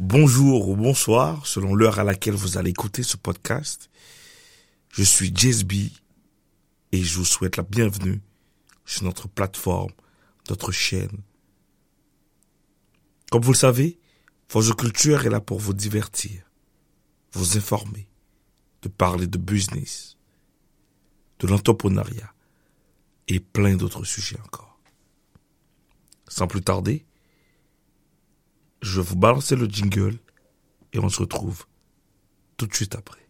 Bonjour ou bonsoir, selon l'heure à laquelle vous allez écouter ce podcast. Je suis JSB et je vous souhaite la bienvenue sur notre plateforme, notre chaîne. Comme vous le savez, Forge Culture est là pour vous divertir, vous informer, de parler de business, de l'entrepreneuriat et plein d'autres sujets encore. Sans plus tarder, je vais vous balancer le jingle et on se retrouve tout de suite après.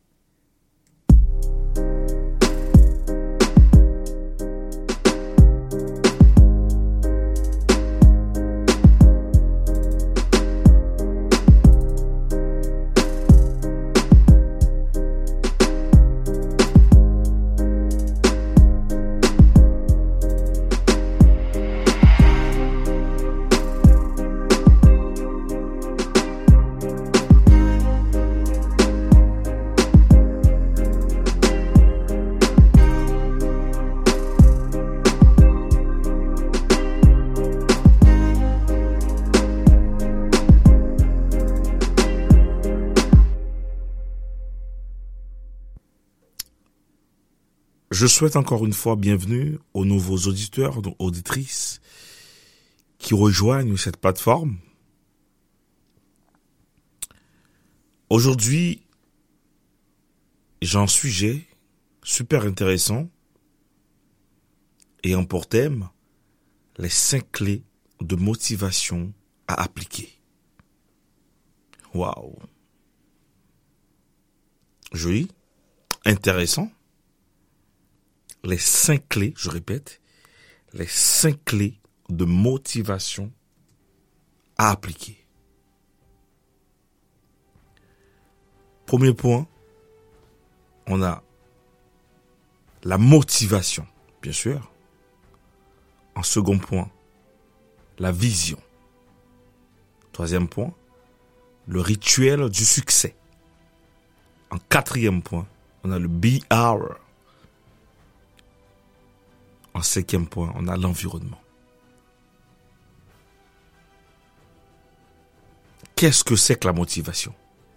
Je souhaite encore une fois bienvenue aux nouveaux auditeurs, auditrices qui rejoignent cette plateforme. Aujourd'hui, j'ai un sujet super intéressant ayant pour thème les 5 clés de motivation à appliquer. Waouh! Joli, intéressant. Les 5 clés, je répète, les 5 clés de motivation à appliquer. Premier point, on a la motivation, bien sûr. En second point, la vision. Troisième point, le rituel du succès. En quatrième point, on a le Be Hour. En 5e point, on a l'environnement. Qu'est-ce que c'est que la motivation?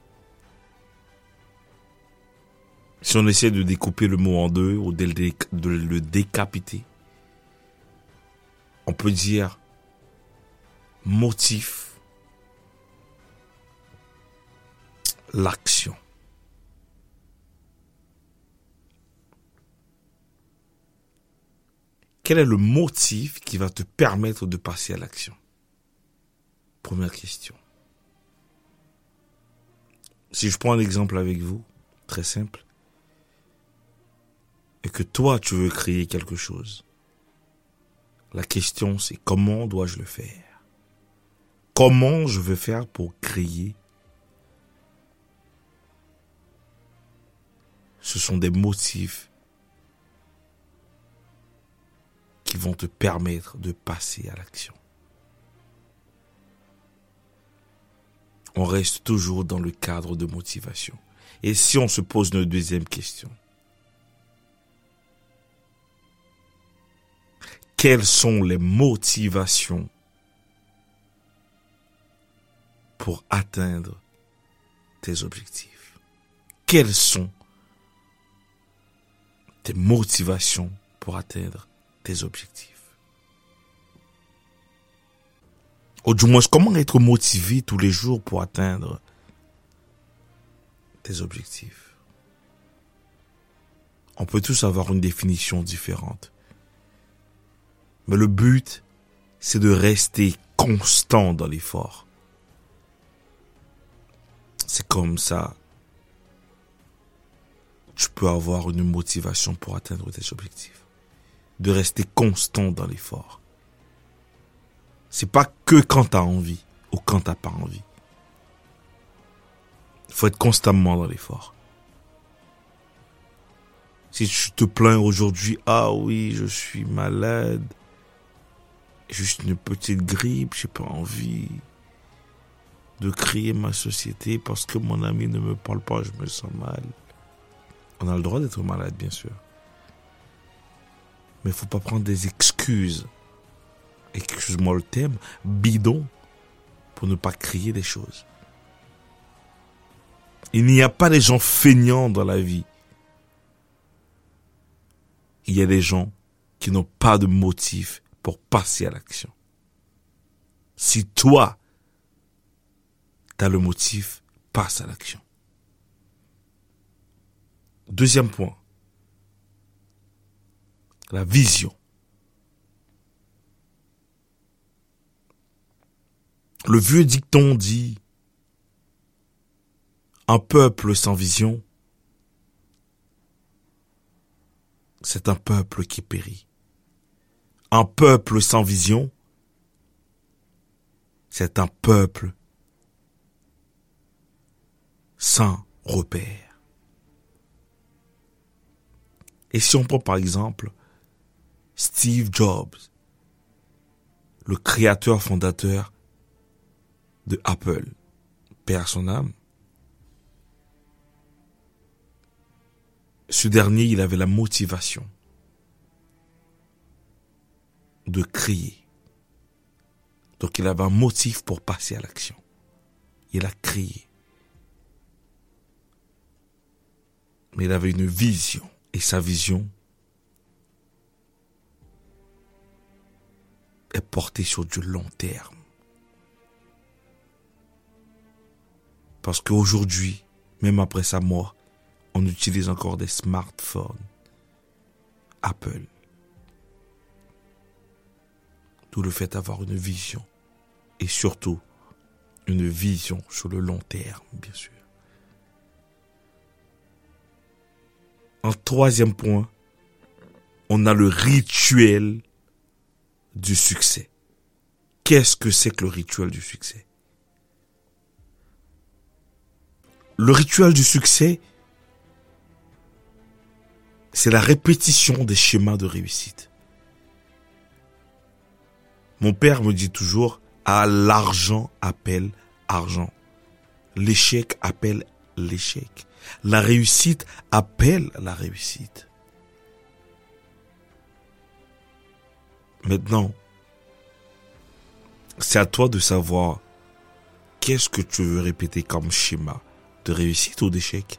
Si on essaie de découper le mot en deux ou de le décapiter, on peut dire motif, l'action. Quel est le motif qui va te permettre de passer à l'action? Première question. Si je prends un exemple avec vous, très simple, et que toi tu veux créer quelque chose, la question c'est comment dois-je le faire? Comment je veux faire pour créer? Ce sont des motifs qui vont te permettre de passer à l'action. On reste toujours dans le cadre de motivation. Et si on se pose une deuxième question, quelles sont les motivations pour atteindre tes objectifs? Quelles sont tes motivations pour atteindre tes objectifs? Ou du moins, comment être motivé tous les jours pour atteindre tes objectifs? On peut tous avoir une définition différente. Mais le but, c'est de rester constant dans l'effort. C'est comme ça, tu peux avoir une motivation pour atteindre tes objectifs. De rester constant dans l'effort. C'est pas que quand t'as envie ou quand t'as pas envie. Il faut être constamment dans l'effort. Si tu te plains aujourd'hui, ah oui, je suis malade, juste une petite grippe, j'ai pas envie de créer ma société parce que mon ami ne me parle pas, je me sens mal. On a le droit d'être malade, bien sûr. Mais il ne faut pas prendre des excuses, excuse-moi le terme, bidons, pour ne pas créer des choses. Il n'y a pas des gens feignants dans la vie. Il y a des gens qui n'ont pas de motif pour passer à l'action. Si toi, tu as le motif, passe à l'action. Deuxième point, la vision. Le vieux dicton dit, un peuple sans vision, c'est un peuple qui périt. Un peuple sans vision, c'est un peuple sans repère. Et si on prend par exemple Steve Jobs, le créateur fondateur de Apple, paix à son âme, ce dernier, il avait la motivation de créer. Donc il avait un motif pour passer à l'action. Il a créé. Mais il avait une vision. Et sa vision est portée sur du long terme. Parce qu'aujourd'hui, même après sa mort, on utilise encore des smartphones Apple. D'où le fait d'avoir une vision. Et surtout, une vision sur le long terme, bien sûr. En troisième point, on a le rituel du succès. Qu'est-ce que c'est que le rituel du succès? Le rituel du succès, c'est la répétition des schémas de réussite. Mon père me dit toujours, l'argent appelle argent. L'échec appelle l'échec. La réussite appelle la réussite. Maintenant, c'est à toi de savoir qu'est-ce que tu veux répéter comme schéma de réussite ou d'échec.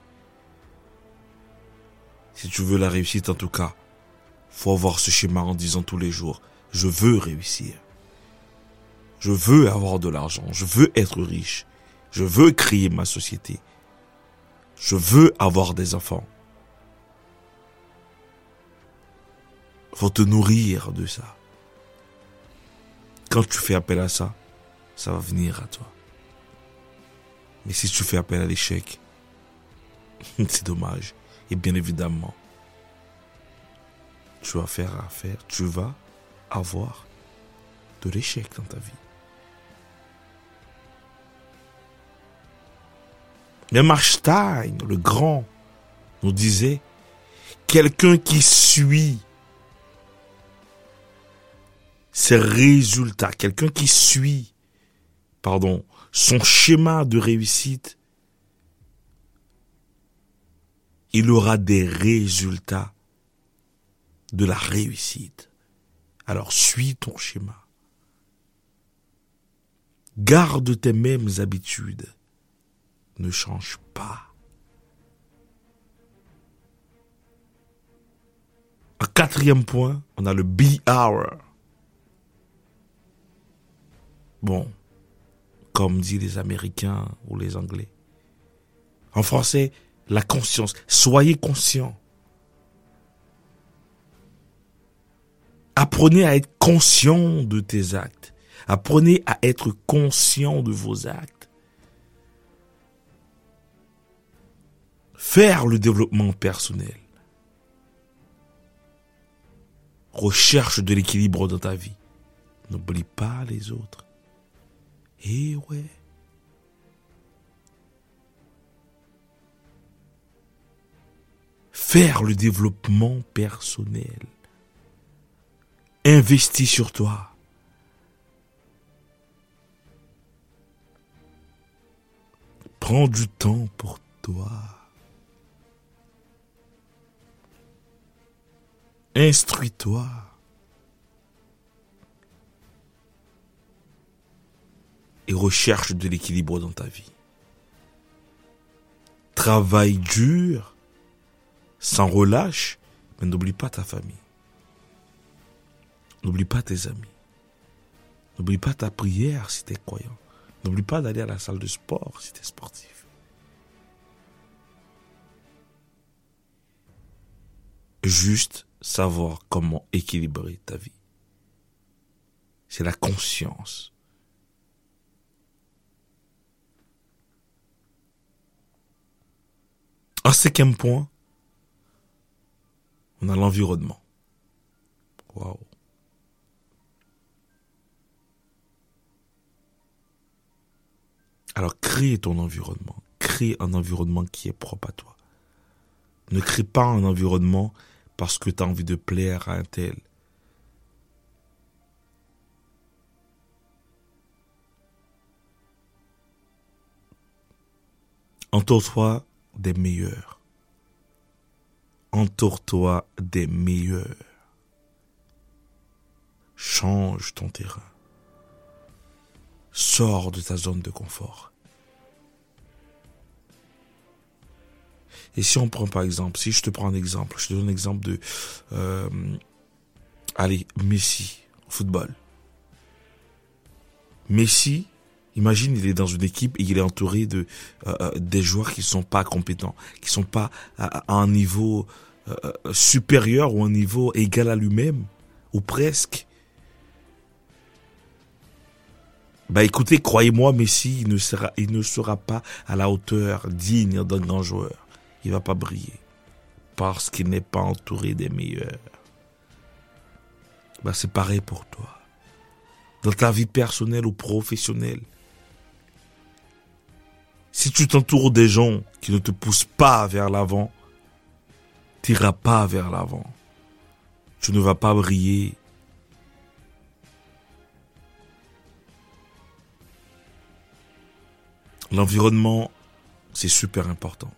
Si tu veux la réussite, en tout cas, faut avoir ce schéma en disant tous les jours, je veux réussir. Je veux avoir de l'argent. Je veux être riche. Je veux créer ma société. Je veux avoir des enfants. Faut te nourrir de ça. Quand tu fais appel à ça, ça va venir à toi. Mais si tu fais appel à l'échec, c'est dommage. Et bien évidemment, tu vas avoir de l'échec dans ta vie. Même Einstein, le grand, nous disait, quelqu'un qui suit ses résultats, quelqu'un qui suit, son schéma de réussite, il aura des résultats de la réussite. Alors suis ton schéma. Garde tes mêmes habitudes. Ne change pas. En quatrième point, on a le be hour. Bon, comme disent les Américains ou les Anglais. En français, la conscience. Soyez conscient. Apprenez à être conscient de tes actes. Apprenez à être conscient de vos actes. Faire le développement personnel. Recherche de l'équilibre dans ta vie. N'oublie pas les autres. Eh ouais. Faire le développement personnel. Investis sur toi. Prends du temps pour toi. Instruis-toi. Et recherche de l'équilibre dans ta vie. Travaille dur, sans relâche, mais n'oublie pas ta famille. N'oublie pas tes amis. N'oublie pas ta prière si tu es croyant. N'oublie pas d'aller à la salle de sport si tu es sportif. Juste savoir comment équilibrer ta vie. C'est la conscience. Un cinquième point, on a l'environnement. Waouh. Alors, crée ton environnement. Crée un environnement qui est propre à toi. Ne crée pas un environnement parce que tu as envie de plaire à un tel. Entoure-toi des meilleurs. Entoure-toi des meilleurs. Change ton terrain. Sors de ta zone de confort. Et si on prend par exemple, si je te prends un exemple, je te donne un exemple de, Messi, football. Messi, imagine, il est dans une équipe et il est entouré de des joueurs qui sont pas compétents, qui sont pas à un niveau supérieur ou un niveau égal à lui-même, ou presque. Bah écoutez, croyez-moi, Messi, il ne sera pas à la hauteur digne d'un grand joueur. Il va pas briller parce qu'il n'est pas entouré des meilleurs. Bah c'est pareil pour toi. Dans ta vie personnelle ou professionnelle, si tu t'entoures des gens qui ne te poussent pas vers l'avant, tu n'iras pas vers l'avant. Tu ne vas pas briller. L'environnement, c'est super important.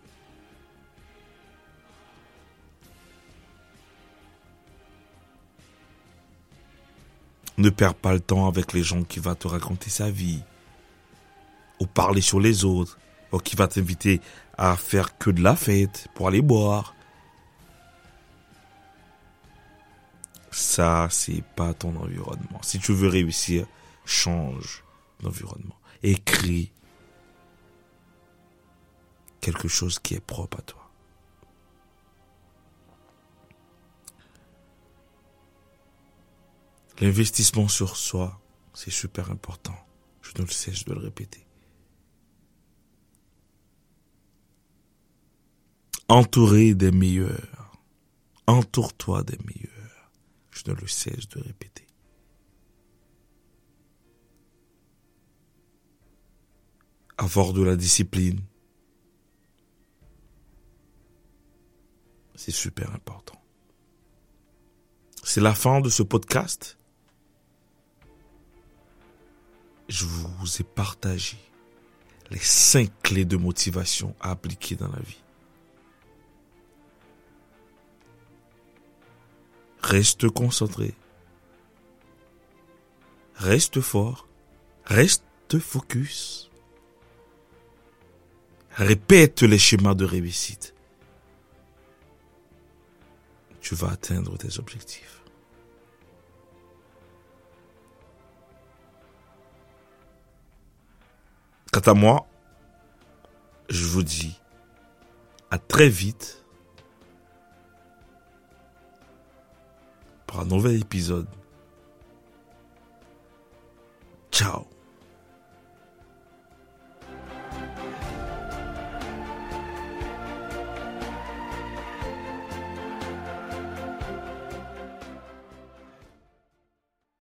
Ne perds pas le temps avec les gens qui vont te raconter sa vie, ou parler sur les autres, ou qui va t'inviter à faire que de la fête pour aller boire. Ça, c'est pas ton environnement. Si tu veux réussir, change d'environnement. Et crée quelque chose qui est propre à toi. L'investissement sur soi, c'est super important. Je ne le cesse de le répéter. Entouré des meilleurs. Entoure-toi des meilleurs. Je ne le cesse de répéter. Avoir de la discipline, c'est super important. C'est la fin de ce podcast. Je vous ai partagé les 5 clés de motivation à appliquer dans la vie. Reste concentré. Reste fort. Reste focus. Répète les schémas de réussite. Tu vas atteindre tes objectifs. Quant à moi, je vous dis à très vite pour un nouvel épisode. Ciao.